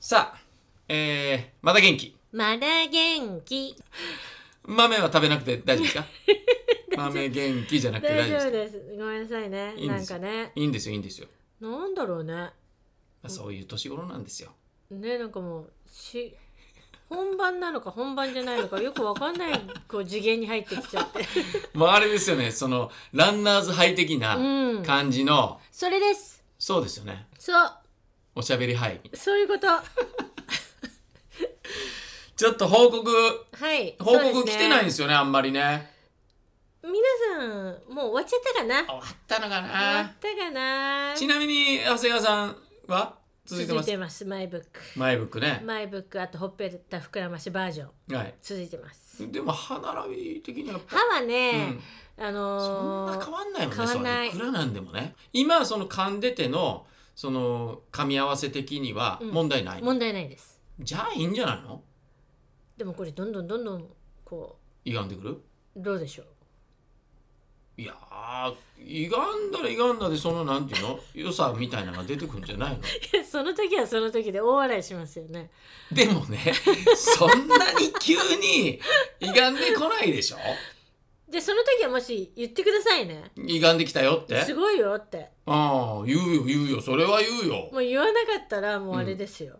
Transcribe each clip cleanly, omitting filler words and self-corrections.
さあ、まだ元気。 まだ元気。 豆は食べなくて大丈夫ですか？豆元気じゃなくて大丈夫ですか？ 大丈夫です。ごめんなさいね。 いいんですよ。 なんかね。 いいんですよ、いいんですよ。 なんだろうね。 まあ、そういう年頃なんですよ。 ね、なんかもう本番なのか本番じゃないのかよくわかんないこう次元に入ってきちゃって。 もうあれですよね、そのランナーズハイ的な感じの、 それです。 そうですよね。 そう。 おしゃべりハイ。 そういうこと。 ちょっと報告来てないんですよね、あんまりね。 皆さんもう終わっちゃったかな。 終わったのかな。 終わったかな。 ちなみに長谷川さんは続いてます。 マイブック。 マイブックね。 マイブック、あとほっぺた膨らましバージョン、 はい、 続いてます。 でも歯並び的には歯はね、 そんな変わんないもんね。変わんない。いくらなんでもね。今その噛んでてのその噛み合わせ的には問題ない、 問題ないです。 じゃあいいんじゃないの？ でもこれどんどんこう歪んでくる？ どうでしょう。 いや歪んだでそのなんていうの良さみたいなのが出てくるんじゃないの？いや、その時はその時で大笑いしますよね。 でもね、そんなに急に歪んでこないでしょ。 でその時はもし言ってくださいね。 歪んできたよって。 すごいよって。 ああ、言うよ、それは言うよ。 もう言わなかったらもうあれですよ。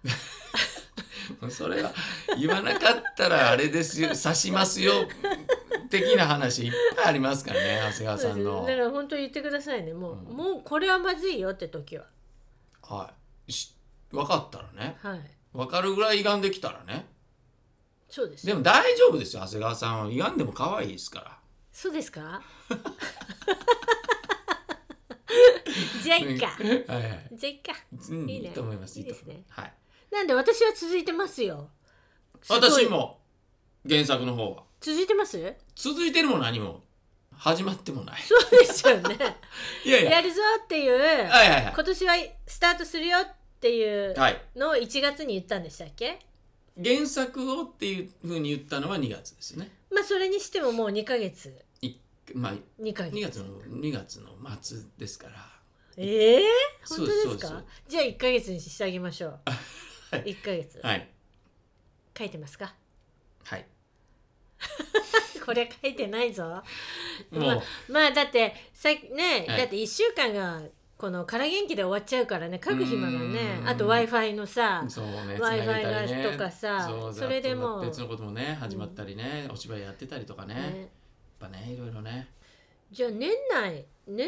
それは言わなかったらあれですよ、刺しますよ的な話いっぱいありますからね、長谷川さんの。 だから本当に言ってくださいね。もうこれはまずいよって時は。 はい。分かったらね。 はい。 分かるぐらい歪んできたらね。 そうです。 でも大丈夫ですよ、長谷川さんは。歪んでも可愛いですから。 そうですか？じゃあいっか。 はいはい。 じゃあいっか。 いいと思います。 いいですね。 はい。 なんで私は続いてますよ。 私も原作の方は続いてます？ 続いてるも何も始まってもない。 そうですよね。 いややるぞっていう、今年はスタートするよっていうのを1月に言ったんでしたっけ？ 原作をっていう風に言ったのは2月ですね。 まあそれにしてももう2ヶ月。 まあ、 2 月の末ですから。 本当ですか？じゃあ1ヶ月にしてあげましょう。1ヶ月。 はい。 書いてますか？ はい。 これ書いてないぞ。 もうまあだってね、だって1週間がこの空元気で終わっちゃうからね、書く暇がね。あと Wi-Fi のさ、Wi-Fi のとかさ、それでも別のこともね始まったりね、お芝居やってたりとかね、やっぱね、いろいろね。 じゃあ年内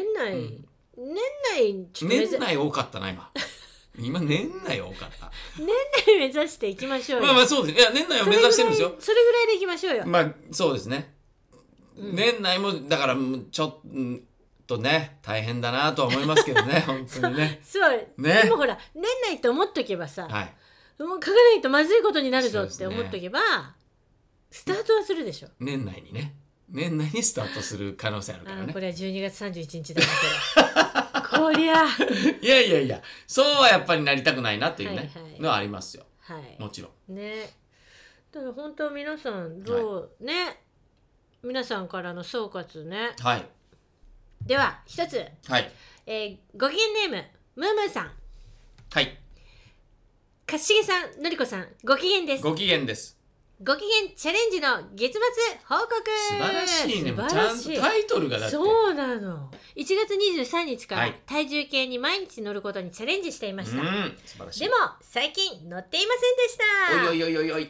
年内多かったな今年内多かった。 年内目指していきましょうよ。 まあそうです。いや年内を目指してるんですよ。 それぐらいでいきましょうよ。 まあそうですね。年内もだからちょっとね大変だなとは思いますけどね。本当にね。 そうね。 でもほら年内って思っとけばさ、もう書かないとまずいことになるぞって思っとけば、スタートはするでしょ。 年内にスタートする可能性あるからね。 これは12月31日だからこりゃいやそうはやっぱりなりたくないなっていうね、のはありますよ。もちろんね。だから本当皆さんね、皆さんからの総括ね。 はい。 では一つ、 はい。 ご機嫌ネームムームーさん。 はい。 かっしげさん、のりこさん、ご機嫌です。 ご機嫌です。 ご機嫌チャレンジの月末報告。 素晴らしいね。ちゃんとタイトルがだって。 そうなの。1月23日から体重計に毎日乗ることにチャレンジしていました。 素晴らしい。 でも最近乗っていませんでした。 おいおい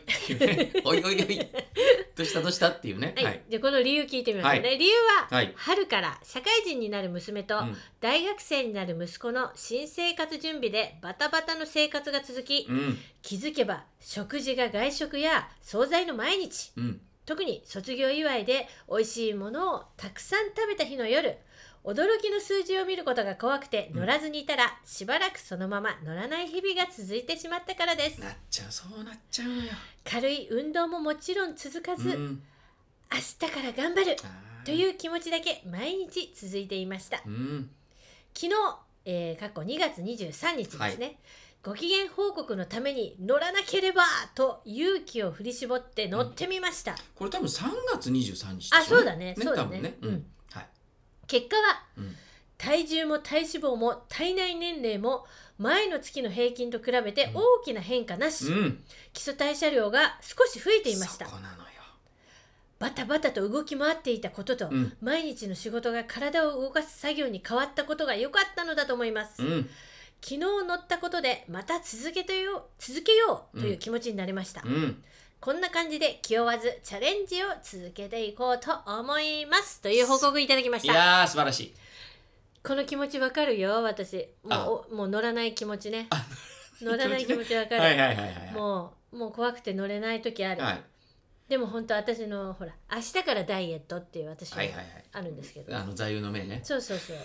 どうしたっていうね。 はい。じゃあこの理由聞いてみましょうね。理由は、春から社会人になる娘と大学生になる息子の新生活準備でバタバタの生活が続き、気づけば食事が外食や惣菜の毎日、特に卒業祝いで美味しいものをたくさん食べた日の夜、驚きの数字を見ることが怖くて乗らずにいたら、しばらくそのまま乗らない日々が続いてしまったからです。 そうなっちゃうのよ。軽い運動ももちろん続かず、明日から頑張るという気持ちだけ毎日続いていました。昨日、過去2月23日ですね、ご機嫌報告のために乗らなければと勇気を振り絞って乗ってみました。 これ多分3月23日でしょ。 そうだね。 そうだね。 結果は、 体重も体脂肪も体内年齢も前の月の平均と比べて大きな変化なし、基礎代謝量が少し増えていました。 そこなのよ。 バタバタと動き回っていたことと、毎日の仕事が体を動かす作業に変わったことが良かったのだと思います。昨日乗ったことでまた続けようという気持ちになりました。こんな感じで気負わずチャレンジを続けていこうと思いますという報告いただきました。 いやー素晴らしい。 この気持ちわかるよ。私もう乗らない気持ちね。乗らない気持ちわかる。もう怖くて乗れない時ある。でも本当私のほら明日からダイエットっていう私はあるんですけど、 座右の銘ね。 そう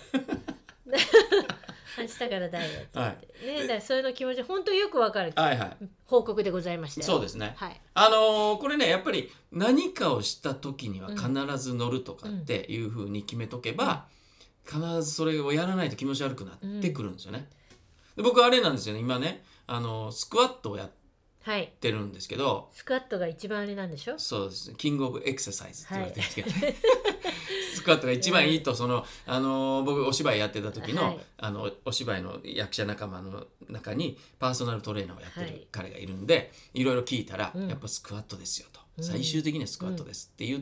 明日からダイエットって、ね、だからそういうの気持ち本当よくわかる、報告でございましたよ。 そうですね、これねやっぱり何かをした時には必ず乗るとかっていう風に決めとけば、必ずそれをやらないと気持ち悪くなってくるんですよね。で僕あれなんですよね、今ねスクワットをやってるんですけど、 スクワットが一番あれなんでしょ。 そうですね、キングオブエクササイズって言われてるんですけどね、スクワットが一番いいと、僕お芝居やってた時の、お芝居の役者仲間の中にパーソナルトレーナーをやってる彼がいるんで、いろいろ聞いたら、やっぱスクワットですよと、最終的にはスクワットですって言って、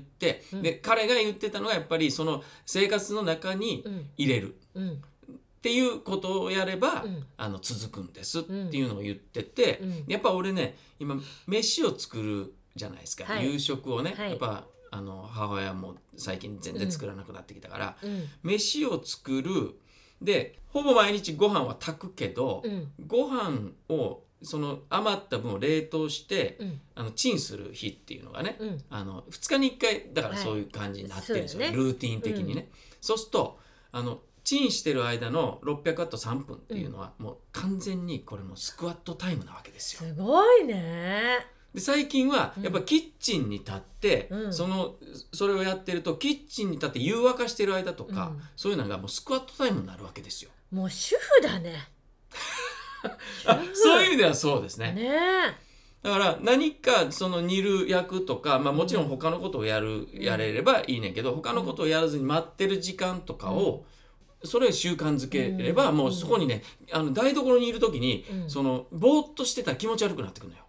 で彼が言ってたのがやっぱりその生活の中に入れる、っていうことをやれば、続くんですっていうのを言ってて、やっぱ俺ね今飯を作るじゃないですか、夕食をね、やっぱ母親も最近全然作らなくなってきたから、飯を作るでほぼ毎日ご飯は炊くけど、ご飯をその余った分を冷凍して、チンする日っていうのがね、2日に1回だからそういう感じになってるんですよ、ルーティン的にね。そうするとチンしてる間の600ワット3分っていうのは、もう完全にこれもスクワットタイムなわけですよ。 すごいね。 で最近はやっぱキッチンに立って、それをやってるとキッチンに立って湯沸かしてる間とか、そういうのがもうスクワットタイムになるわけですよ。 もう主婦だね。 そういう意味ではそうですね。 ねだから何かその煮る焼くとか、もちろん他のことをやれればいいねんけど、他のことをやらずに待ってる時間とかを、それを習慣づければ、もうそこにね台所にいる時に、そのぼーっとしてたら気持ち悪くなってくるのよ。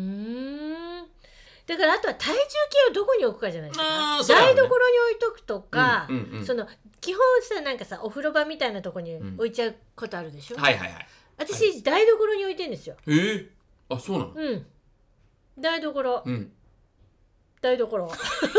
だからあとは体重計をどこに置くかじゃないですか。台所に置いとくとか、その基本さなんかさお風呂場みたいなとこに置いちゃうことあるでしょ。私台所に置いてんですよ。 あ、そうなの。 台所、台所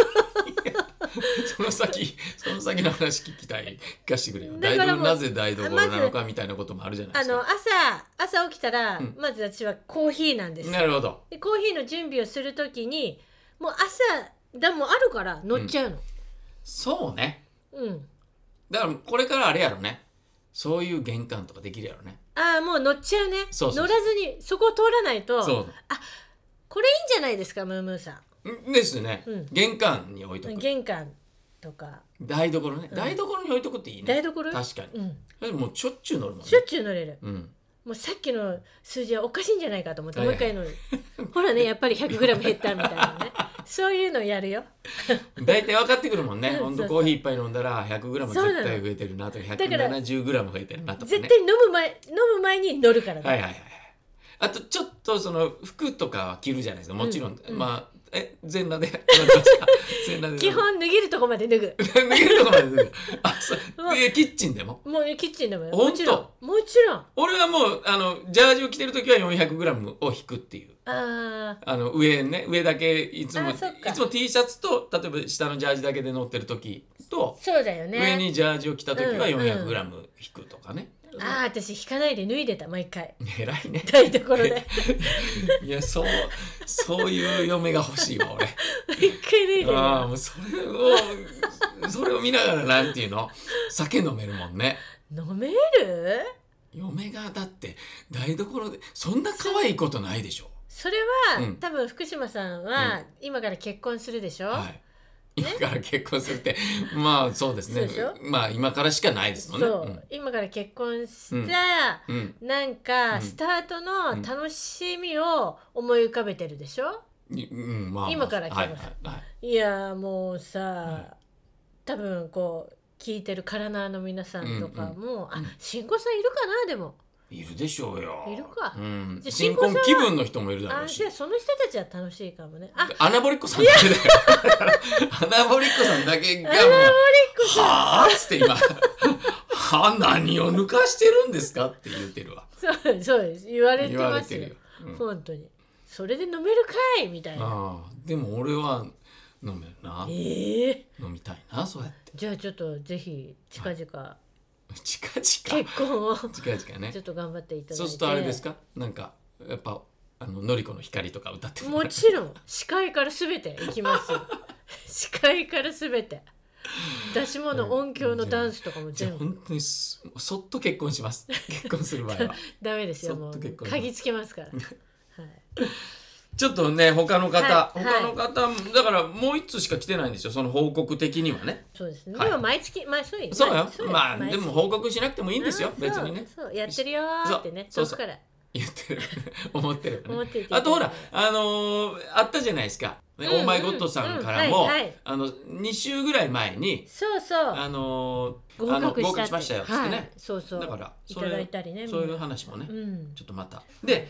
その先の話聞かしてくれよ。なぜ台所なのかみたいなこともあるじゃないですか。 朝起きたら、まず私はコーヒーなんですよ。 なるほど。 でコーヒーの準備をするときにもう朝もあるから乗っちゃうの。 そうね。だからこれからあれやろね。そういう玄関とかできるやろね。 もう乗っちゃうね。乗らずにそこを通らないと。これいいんじゃないですか、ムームーさん。 ですね。玄関に置いとく。 玄関とか台所ね。台所に置いとくっていいね。 台所確かに。もうしょっちゅう乗るもんね。 しょっちゅう乗れる。もうさっきの数字はおかしいんじゃないかと思ってもう一回乗る。ほらね、やっぱり 100g 減ったみたいなね。そういうのやるよ。 大体分かってくるもんね。ほんとコーヒー一杯飲んだら 100g 絶対増えてるなとか 170g 増えてるなとかね。 絶対飲む前に乗るからね。 あとちょっとその服とかは着るじゃないですか。もちろん、全裸で基本脱げるとこまで脱ぐ。 脱げるとこまで脱ぐ。キッチンでも？ もうキッチンでも。 もちろん。俺はもうジャージを着てるときは 400g を引くっていう。上だけいつも T シャツと例えば下のジャージだけで乗ってるときと、 そうだよね。 上にジャージを着たときは 400g 引くとかね。 私引かないで脱いでた毎回。 偉いね。 台所で。 いやそういう嫁が欲しいわ俺。 一回脱いでる。 もうそれを見ながらなんていうの酒飲めるもんね。 飲める？ 嫁がだって台所でそんな可愛いことないでしょ。 それは、多分福島さんは今から結婚するでしょ。 今から結婚するってまあそうですね。今からしかないですもんね。 今から結婚したなんかスタートの楽しみを思い浮かべてるでしょ。今から結婚する。いやもうさ、多分こう聞いてるカラナーの皆さんとかも、新婚さんいるかな。でもいるでしょうよ。 いるか、 じゃ新婚気分の人もいるだろうし。 じゃあその人たちは楽しいかもね。 アナボリッコさんだけだよ。アナボリッコさんだけがもうはぁっつって今何を抜かしてるんですかって言ってるわ。 そうです、言われてますよ。本当にそれで飲めるかいみたいな。 でも俺は飲めるな。飲みたいな、そうやって。 じゃあちょっとぜひ近々、 結婚を近々ね、 ちょっと頑張っていただいて。 そうするとあれですか、なんかやっぱのりこの光とか歌ってもちろん司会からすべていきますよ。司会からすべて出し物、音響のダンスとかも全部。 本当にそっと結婚します。結婚する場合はダメですよ。もう鍵つけますから。 ちょっとね、他の方だからもう一通しか来てないんですよ、その報告的にはね。 そうですね。でも毎月そうよ。まあでも報告しなくてもいいんですよ、別にね。 そうやってるよーってね、遠くから言ってる思ってる。あとほらあったじゃないですか。オーマイゴッドさんからも2週ぐらい前に合格しましたよってね。 そうだからいただいたりね、 そういう話もね、ちょっとまたで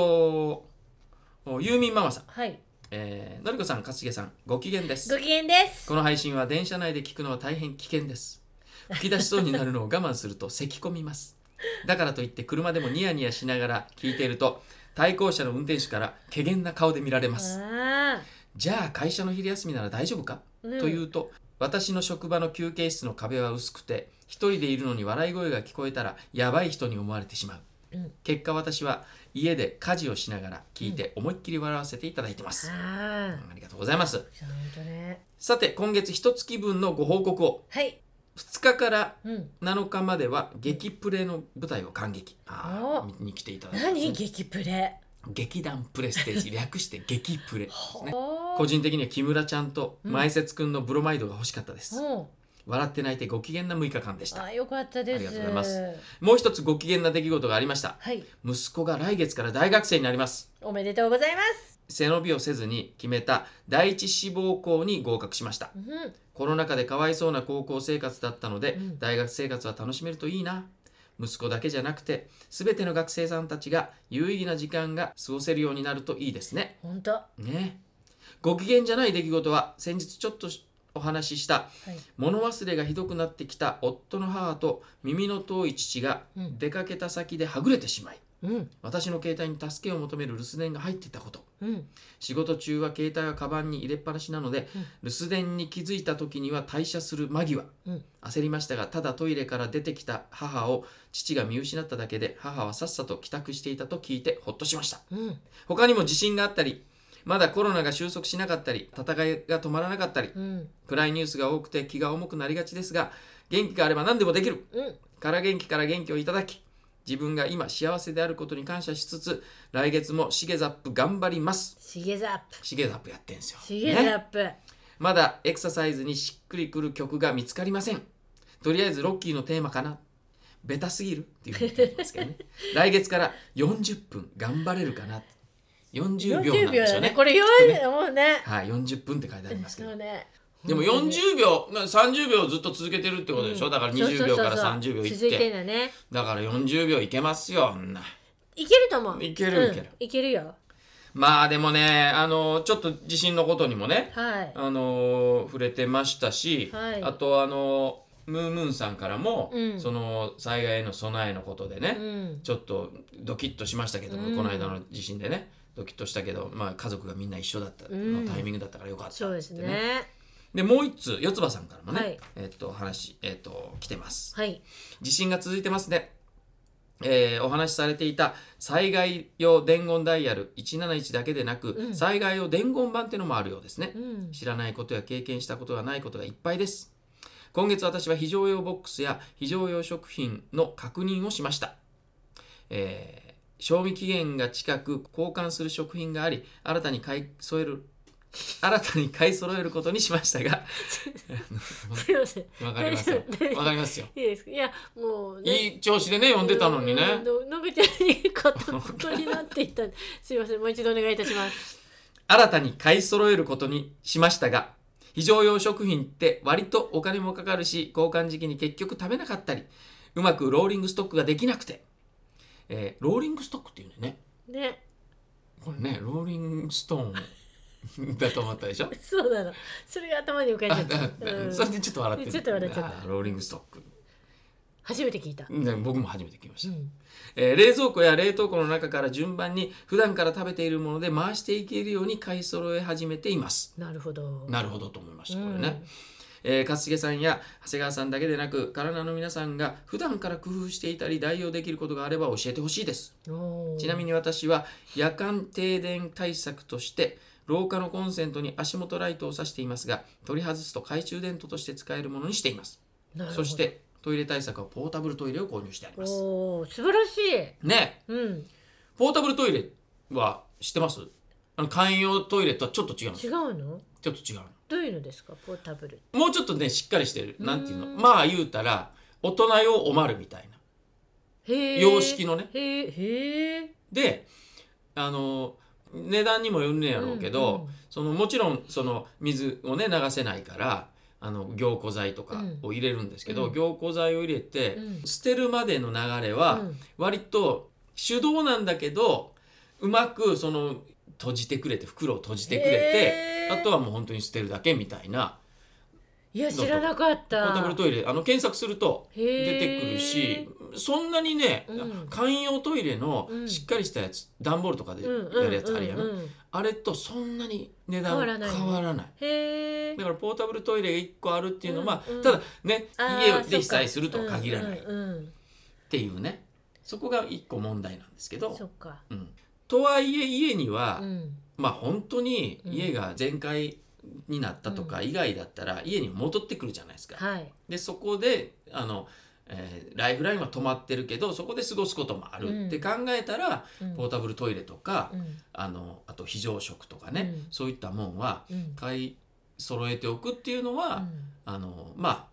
ユーミンママさん、のりこさん、かつげさん、ご機嫌です。 ご機嫌です。 この配信は電車内で聞くのは大変危険です。吹き出しそうになるのを我慢すると咳込みます。だからといって車でもニヤニヤしながら聞いていると対向車の運転手から怪訝な顔で見られます。じゃあ会社の昼休みなら大丈夫か、というと、私の職場の休憩室の壁は薄くて一人でいるのに笑い声が聞こえたらやばい人に思われてしまう。結果私は家で家事をしながら聞いて思いっきり笑わせていただいてます。ありがとうございます。さて今月1月分のご報告を。2日から7日までは劇プレの舞台を観劇見に来ていただいて、 何劇プレ、 劇団プレステージ略して劇プレですね。個人的には木村ちゃんと前説くんのブロマイドが欲しかったです。笑って泣いてご機嫌な6日間でした。 よかったです。 ありがとうございます。もう一つご機嫌な出来事がありました。息子が来月から大学生になります。 おめでとうございます。 背伸びをせずに決めた第一志望校に合格しました。コロナ禍でかわいそうな高校生活だったので、大学生活は楽しめるといいな。息子だけじゃなくて全ての学生さんたちが有意義な時間が過ごせるようになるといいですね。 本当ね。ご機嫌じゃない出来事は先日ちょっとお話しした、物忘れがひどくなってきた夫の母と耳の遠い父が出かけた先ではぐれてしまい、私の携帯に助けを求める留守電が入っていたこと、仕事中は携帯はカバンに入れっぱなしなので、留守電に気づいた時には退社する間際、焦りましたが、ただトイレから出てきた母を父が見失っただけで、母はさっさと帰宅していたと聞いてほっとしました。他にも地震があったり、まだコロナが収束しなかったり、戦いが止まらなかったり、暗いニュースが多くて気が重くなりがちですが、元気があれば何でもできる、から元気をいただき、自分が今幸せであることに感謝しつつ、来月もシゲザップ頑張ります。 シゲザップやってんすよ。 シゲザップ、 まだエクササイズにしっくりくる曲が見つかりません。とりあえずロッキーのテーマかな。ベタすぎるっていうふうに言ってますけどね。来月から40分頑張れるかな。40秒なんでしょうね。 これもうね。 40分って書いてありますけど。でも40秒、30秒ずっと続けてるってことでしょ。だから20秒から30秒いって。 続いてんだね。 だから40秒いけますよ。 いけると思う。 いける。 いけるよ。 まあでもね、ちょっと地震のことにもね、触れてましたし、あとムームーンさんからも、その災害への備えのことでね、ちょっとドキッとしましたけども、この間の地震でねドキッとしたけど、家族がみんな一緒だったのタイミングだったからよかったってそうですね。 でもう一つ四つ葉さんからもね、話来てます。地震が続いてますね。お話しされていた災害用伝言ダイヤル171だけでなく、災害用伝言板っていうのもあるようですね。知らないことや経験したことがないことがいっぱいです。今月私は非常用ボックスや非常用食品の確認をしました。賞味期限が近く交換する食品があり、新たに買い揃えることにしましたがすいません、 わかりますよ。わかりますよ。 いいですか。いやもう、 いい調子でね読んでたのにね。 のびちゃんにことになっていた。すいません、もう一度お願いいたします。 新たに買い揃えることにしましたが、 非常用食品って割とお金もかかるし、交換時期に結局食べなかったり、うまくローリングストックができなくて、ローリングストックっていうね。 ね。 これね、ローリングストーンだと思ったでしょ。 そうなの。それが頭に浮かんじゃった。 それでちょっと笑ってる。 ちょっと笑っちゃった。 ローリングストック。 初めて聞いた。 僕も初めて聞きました。冷蔵庫や冷凍庫の中から順番に普段から食べているもので回していけるように買い揃え始めています。 なるほど。 なるほどと思いました、これね。勝重さんや長谷川さんだけでなく、体の皆さんが普段から工夫していたり代用できることがあれば教えてほしいです。ちなみに私は夜間停電対策として廊下のコンセントに足元ライトを挿していますが、取り外すと懐中電灯として使えるものにしています。そしてトイレ対策はポータブルトイレを購入してあります。 おー、素晴らしいね。ポータブルトイレは知ってます？簡易用トイレとはちょっと違うの。 違うの？ ちょっと違うの。 どういうのですか、ポータブル？ もうちょっとね、しっかりしてる。なんていうの、まあ言うたら大人用おまるみたいな洋式のね。で、値段にもよるんやろうけど、もちろんその水をね流せないから凝固剤とかを入れるんですけど、凝固剤を入れて、捨てるまでの流れは割と手動なんだけど、うまく閉じてくれて、袋を閉じてくれて、あとはもう本当に捨てるだけみたいな。 いや、知らなかった。 ポータブルトイレ検索すると出てくるし、そんなにね、簡易用トイレのしっかりしたやつ、段ボールとかでやるやつあるやん、あれとそんなに値段変わらない。だからポータブルトイレが1個あるっていうのは、ただね、家で被災するとは限らないっていうね、そこが1個問題なんですけど。とはいえ家には、まあ本当に家が全壊になったとか以外だったら家に戻ってくるじゃないですか。でそこでライフラインは止まってるけどそこで過ごすこともあるって考えたら、ポータブルトイレとか、あと非常食とかね、そういったもんは買い揃えておくっていうのは、まあ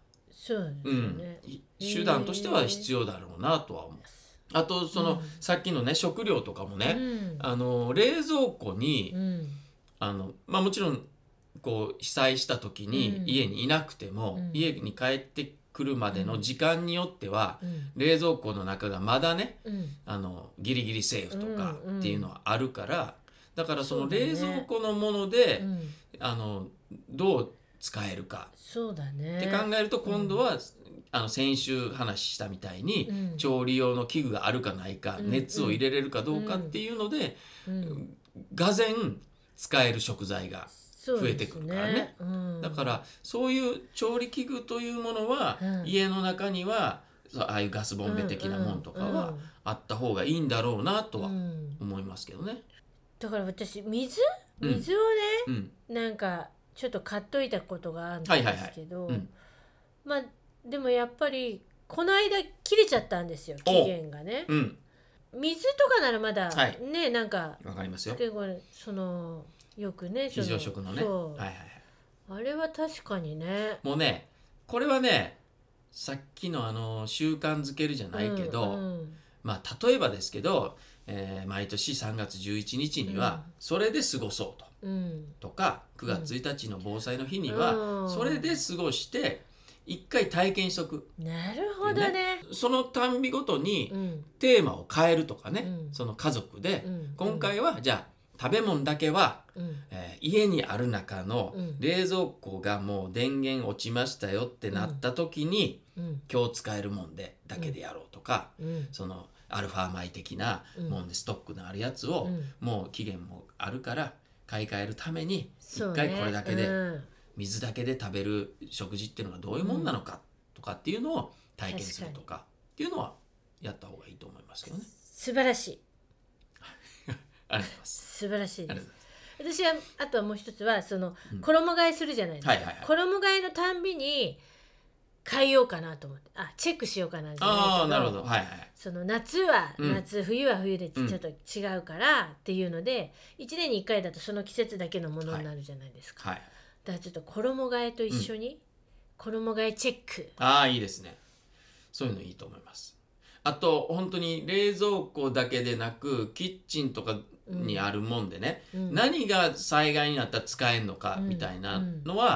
手段としては必要だろうなとは思う。あとさっきのね食料とかもね、冷蔵庫に、もちろんこう被災した時に家にいなくても、家に帰ってくるまでの時間によっては、冷蔵庫の中がまだね、ギリギリセーフとかっていうのはあるから、だからその冷蔵庫のもので、どう使えるかって考えると、今度は先週話したみたいに、調理用の器具があるかないか、熱を入れれるかどうかっていうので、がぜん使える食材が増えてくるからね。だからそういう調理器具というものは、家の中にはああいうガスボンベ的なもんとかはあった方がいいんだろうなとは思いますけどね。 だから私水をね、なんかちょっと買っといたことがあるんですけど、まあでもやっぱりこの間切れちゃったんですよ、期限がね。水とかならまだね、なんかわかりますよ。 よくね、 非常食のね、 あれは確かにね。 もうね、これはね、さっきの習慣づけるじゃないけど、まあ例えばですけど、毎年3月11日にはそれで過ごそうと、とか9月1日の防災の日にはそれで過ごして一回体験しとく。 なるほどね。 そのたんびごとにテーマを変えるとかね、その家族で、今回はじゃあ食べ物だけは、家にある中の冷蔵庫がもう電源落ちましたよってなった時に、今日使えるもんでだけでやろうとか、そのアルファ米的なもんでストックのあるやつを、もう期限もあるから買い替えるために一回これだけで、水だけで食べる食事っていうのがどういうもんなのかとかっていうのを体験するとかっていうのはやった方がいいと思いますけどね。 素晴らしい。 ありがとうございます。 素晴らしいです。私はあとはもう一つは衣替えするじゃないですか。衣替えのたんびに変えようかなと思って、チェックしようかなじゃないけど、 なるほど、 夏は夏、冬は冬でちょっと違うからっていうので、1年に1回だとその季節だけのものになるじゃないですか。だからちょっと衣替えと一緒に衣替えチェック。 いいですね。そういうのいいと思います。あと本当に冷蔵庫だけでなくキッチンとかにあるもんでね、何が災害になったら使えるのかみたいなのは、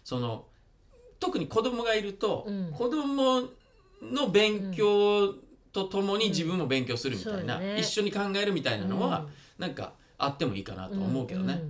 その特に子供がいると、子供の勉強とともに自分も勉強するみたいな、一緒に考えるみたいなのは、なんかあってもいいかなと思うけどね。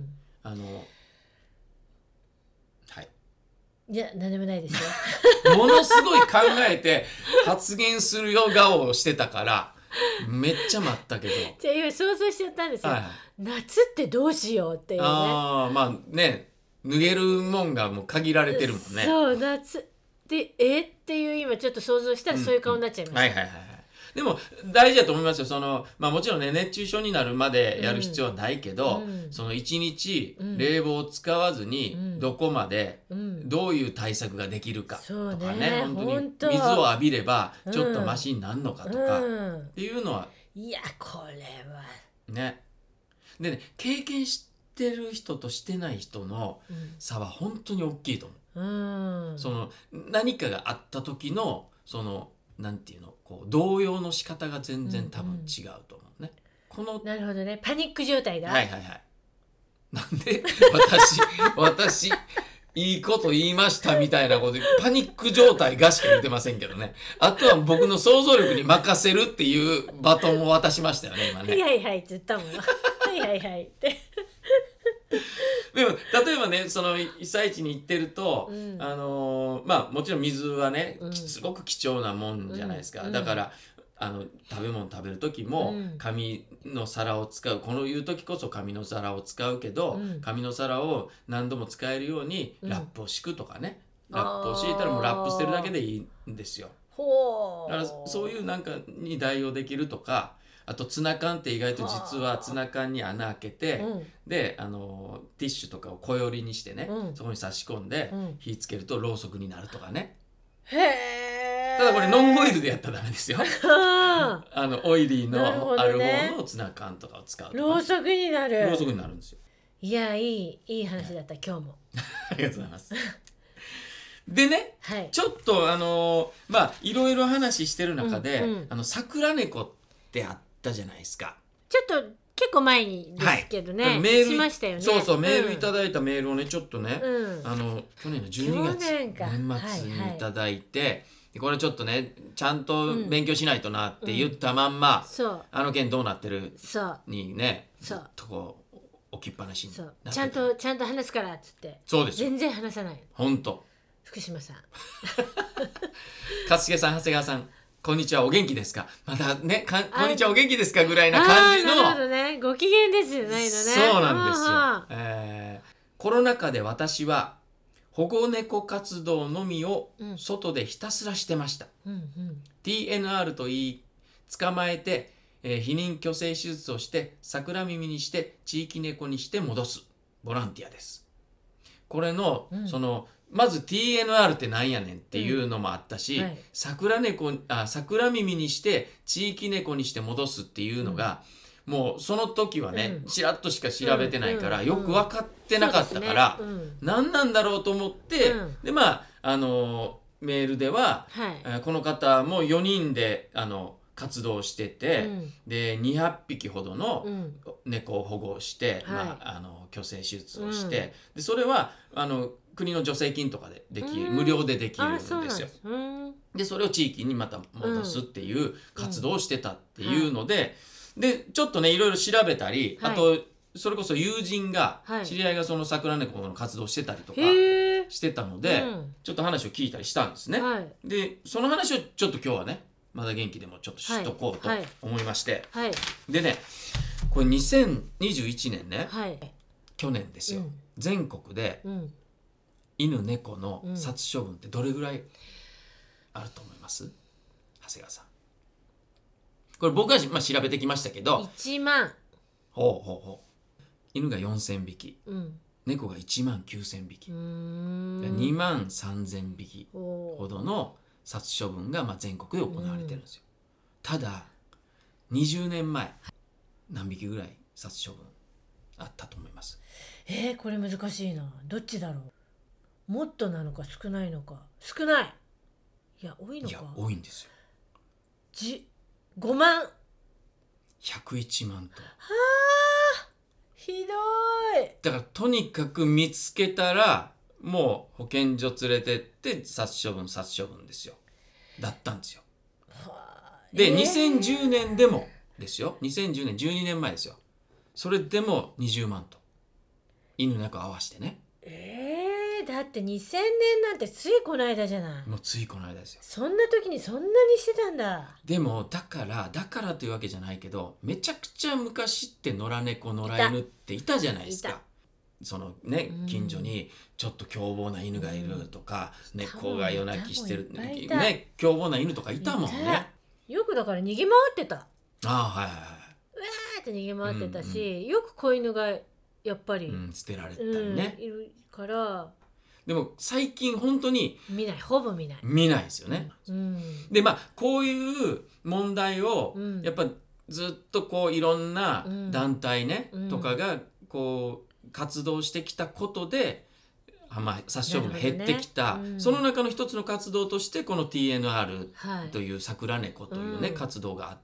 はい。 いや、何でもないですよ。ものすごい考えて発言するよ顔をしてたからめっちゃ待ったけど。 じゃあ今想像しちゃったんですよ。夏ってどうしようっていうね。 まあね、脱げるもんがもう限られてるもんね。 そう、夏でっていう今ちょっと想像したらそういう顔になっちゃいました。 はいはいはい。でも大事だと思いますよ。もちろんね、熱中症になるまでやる必要はないけど、その1日冷房を使わずにどこまでどういう対策ができるかとかね、本当に水を浴びればちょっとマシになるのかとかっていうのは、 いやこれはね。でね、経験してる人としてない人の差は本当に大きいと思う。その何かがあった時のなんていうの、こう動揺の仕方が全然多分違うと思うね。 なるほどね、パニック状態が。 はいはいはい。なんで私いいこと言いましたみたいなことでパニック状態がしか言ってませんけどね。あとは僕の想像力に任せるっていうバトンを渡しましたよね今ね。 はいはいって言ったもん。はいはいはいって。 でも例えばね、その被災地に行ってると、もちろん水はね、すごく貴重なもんじゃないですか。だから食べ物食べる時も紙の皿を使う、このいう時こそ紙の皿を使うけど、紙の皿を何度も使えるようにラップを敷くとかね、ラップを敷いたらもうラップ捨てるだけでいいんですよ。だからそういうなんかに代用できるとか、あとツナ缶って意外と実はツナ缶に穴開けて、でティッシュとかを小よりにしてね、そこに差し込んで、火つけるとろうそくになるとかね。ただこれノンオイルでやったらダメですよ。オイリーのある方のツナ缶とかを使うとか、 ろうそくになる。 ろうそくになるんですよ。 いや、いい話だった今日も。 ありがとうございます。でね、ちょっといろいろ話してる中で、桜猫ってあったじゃないですか。 ちょっと結構前にですけどね、 メールしましたよね。 そうメールいただいたメールをね、ちょっとね、去年の12月年末にいただいて、これちょっとねちゃんと勉強しないとなって言ったまんま、あの件どうなってるにね、ずっとこう置きっぱなしになってた。 ちゃんと話すからっつって。 そうですよ。 全然話さない。 本当。 福島さん、 勝重さん、長谷川さん、こんにちは、お元気ですか。またね、こんにちは、お元気ですかぐらいな感じの。 なるほどね、ご機嫌ですよね。 そうなんですよ。コロナ禍で私は保護猫活動のみを外でひたすらしてました。TNR と言い、捕まえて、避妊去勢手術をして桜耳にして地域猫にして戻すボランティアです。これの、まず TNR ってなんやねんっていうのもあったし、桜耳にして地域猫にして戻すっていうのが、もうその時はね、ちらっとしか調べてないから、よく分かってなかったから、何なんだろうと思って、でメールでは、この方も4人で活動してて、で200匹ほどの猫を保護して、去勢手術をして、でそれは国の助成金とかで無料でできるんですよ。でそれを地域にまた戻すっていう活動をしてたっていうので、でちょっとねいろいろ調べたり、あとそれこそ友人が、知り合いがその桜猫の活動してたりとかしてたので、ちょっと話を聞いたりしたんですね。でその話をちょっと今日はね、まだ元気でもちょっとしとこうと思いまして、でね、これ2021年ね、去年ですよ、全国で犬猫の殺処分ってどれぐらいあると思います？長谷川さん。これ僕は調べてきましたけど、 1万。 犬が4000匹、猫が1万9000匹、2万3000匹ほどの殺処分が全国で行われてるんですよ。ただ20年前何匹ぐらい殺処分あったと思います？ これ難しいな。どっちだろう。もっとなのか少ないのか。少ない。いや多いのか。 いや多いんですよ。 5万。 101万と。 ひどい。 だからとにかく見つけたらもう保健所連れてって殺処分ですよ。だったんですよ。で、2010年でもですよ。2010年12年前ですよ。それでも20万と犬猫合わせてね。 だって2000年なんてついこの間じゃない。 もうついこの間ですよ。 そんな時にそんなにしてたんだ。 でもだからというわけじゃないけど、めちゃくちゃ昔って野良猫野良犬っていたじゃないですか。そのね、近所にちょっと凶暴な犬がいるとか、猫が夜泣きしてるね、凶暴な犬とかいたもんね。 よくだから逃げ回ってた。 はいはいはい。 うわーって逃げ回ってたし、よく子犬がやっぱり、 捨てられたりね、 いるから。でも最近本当にほぼ見ないですよね。でこういう問題をやっぱずっとこういろんな団体ね、とかがこう活動してきたことで、殺処分が減ってきた、その中の一つの活動としてこの TNR という桜猫というね、活動があって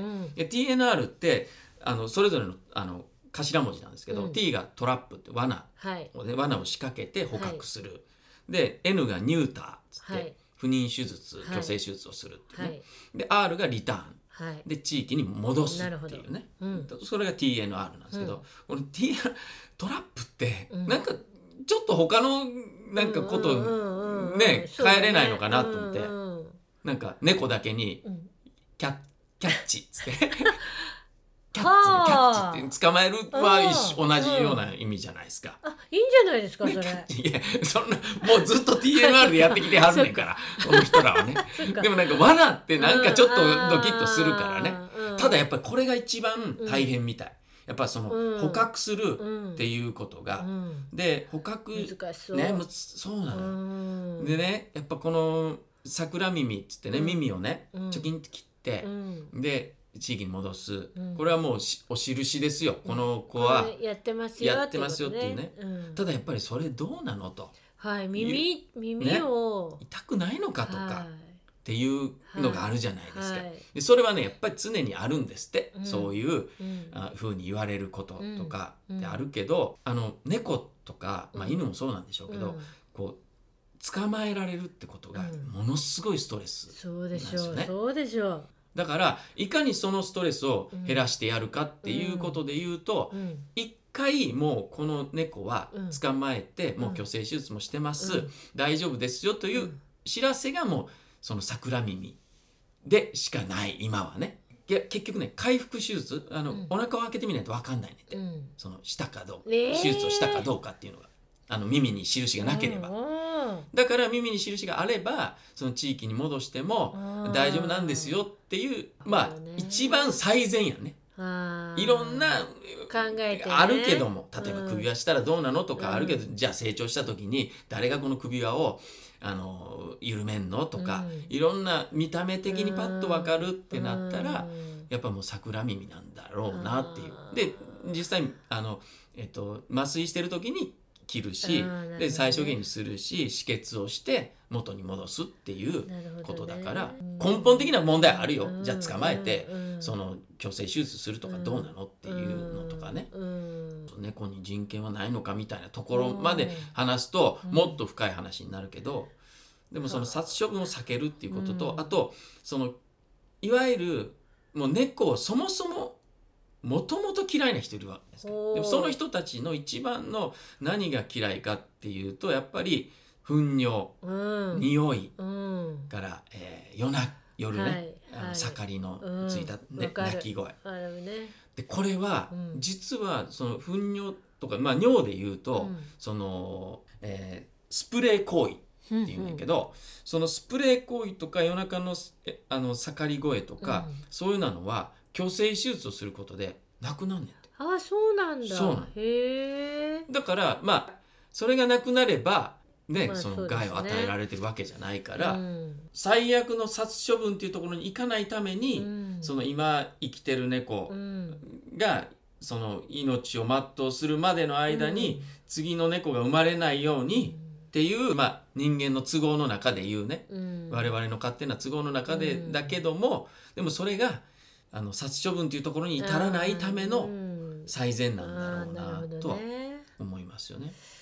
、TNR ってそれぞれの頭文字なんですけど、T がトラップって罠を仕掛けて捕獲する、で N がニューターっつって、不妊手術、虚勢手術をするっていうね、で R がリターン、で地域に戻すっていうね、それが TNR なんですけど、この トラップってなんかちょっと他のなんかことね変えれないのかなと思って、なんか猫だけにキャッチっつってキャッチって捕まえるは同じような意味じゃないですか。 いいんじゃないですかそれ。いや、そんなもうずっと TNR でやってきてはるねんからこの人らはね。でもなんか罠ってなんかちょっとドキッとするからね。ただやっぱりこれが一番大変みたい。やっぱその捕獲するっていうことが、で捕獲難しそうね、そうなのよ。でね、やっぱこの桜耳っつってね、耳をねチョキンって切って、で地域に戻す、これはもうお印ですよ、この子はやってますよっていうね。ただやっぱりそれどうなのと、 耳を痛くないのかとかっていうのがあるじゃないですか。でそれはねやっぱり常にあるんですって、そういう風に言われることとかってあるけど、猫とか、犬もそうなんでしょうけど、こう捕まえられるってことがものすごいストレスなんですよね。 そうでしょう。 だからいかにそのストレスを減らしてやるかっていうことで言うと、一回もうこの猫は捕まえて、もう虚勢手術もしてます、大丈夫ですよという知らせがもうその桜耳でしかない今はね。結局ね、回復手術お腹を開けてみないと分かんないねって、そのしたかどうか、手術をしたかどうかっていうのが耳に印がなければ、だから耳に印があればその地域に戻しても大丈夫なんですよっていう、一番最善やね。いろんな考えて、 あるけども、例えば首輪したらどうなのとかあるけど、じゃあ成長した時に誰がこの首輪を緩めんのとか、いろんな見た目的にパッと分かるってなったら、やっぱもう桜耳なんだろうなっていう。で実際麻酔してる時に切るし、で最小限にするし、止血をして元に戻すっていうことだから、根本的な問題あるよ。じゃあ捕まえてその虚勢手術するとかどうなのっていうのとかね、猫に人権はないのかみたいなところまで話すともっと深い話になるけど、でもその殺処分を避けるっていうことと、あとそのいわゆるもう猫をそもそももともと嫌いな人いるわけですけど、でもその人たちの一番の何が嫌いかっていうと、やっぱり糞尿、匂いから、夜ね、盛りのついた、鳴き声、でこれは、実はその糞尿とか、尿で言うと、その、スプレー行為っていうんだけど、そのスプレー行為とか夜中の盛り声とか、そういうのは虚勢手術をすることでなくなんねんて。 そうなんだ。 そうなん。 へえ。 だからそれがなくなればね、その害を与えられてるわけじゃないから、最悪の殺処分っていうところに行かないために、その今生きてる猫がその命を全うするまでの間に、次の猫が生まれないようにっていう、人間の都合の中で言うね、我々の勝手な都合の中でだけども、でもそれが殺処分というところに至らないための最善なんだろうなとは思いますよね。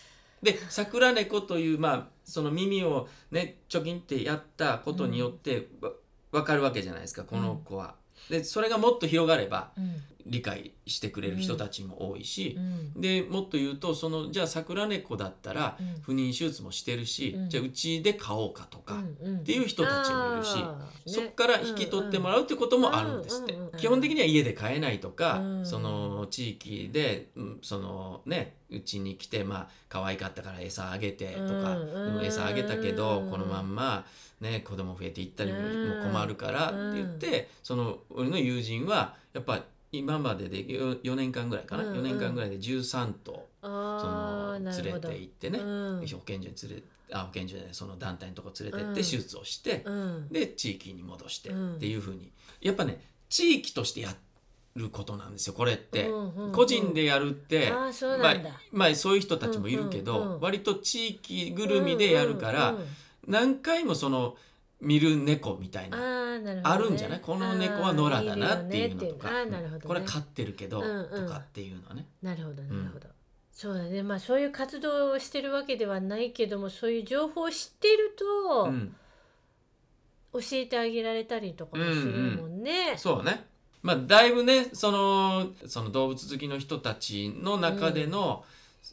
で桜猫という、その耳をねチョキンってやったことによって分かるわけじゃないですか、この子は。でそれがもっと広がれば、理解してくれる人たちも多いし、でもっと言うとじゃあ桜猫だったら不妊手術もしてるし、じゃあうちで飼おうかとかっていう人たちもいるし、そっから引き取ってもらうってこともあるんですって。基本的には家で飼えないとか、その地域でうちに来て可愛かったから餌あげてとか、でも餌あげたけどこのまんま子供増えていったりも困るからって言って、俺の友人はやっぱ今までで4年間ぐらいかな、4年間ぐらいで13頭連れて行ってね、保健所に保健所でその団体のとこ連れてって手術をして、で地域に戻してっていう風に、やっぱね地域としてやることなんですよこれって。個人でやるってそういう人たちもいるけど、割と地域ぐるみでやるから、何回も見る猫みたいなあるんじゃない？この猫は野良だなっていうのとか、これ飼ってるけどとかっていうのはね。 なるほどなるほど、そうだね。そういう活動をしてるわけではないけども、そういう情報を知っていると、教えてあげられたりとかもするもんね。 そうね。だいぶねその動物好きの人たちの中での、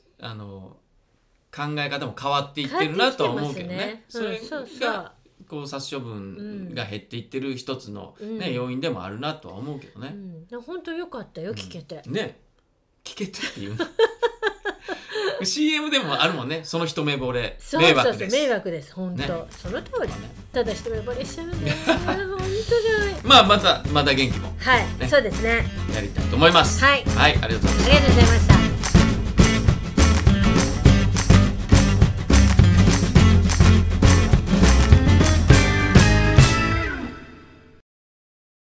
考え方も変わっていってるなとは思うけどね。それが殺処分が減っていってる一つの、要因でもあるなとは思うけどね。 本当よかったよ、聞けて。 ね、聞けてっていうのCM でもあるもんね、その一目惚れ迷惑です。 迷惑です、本当、その通り。ただ一目惚れしちゃうね。本当じゃない。 また元気もそうですね、 やりたいと思います。 はい、 ありがとうございました。 ありがとうございました。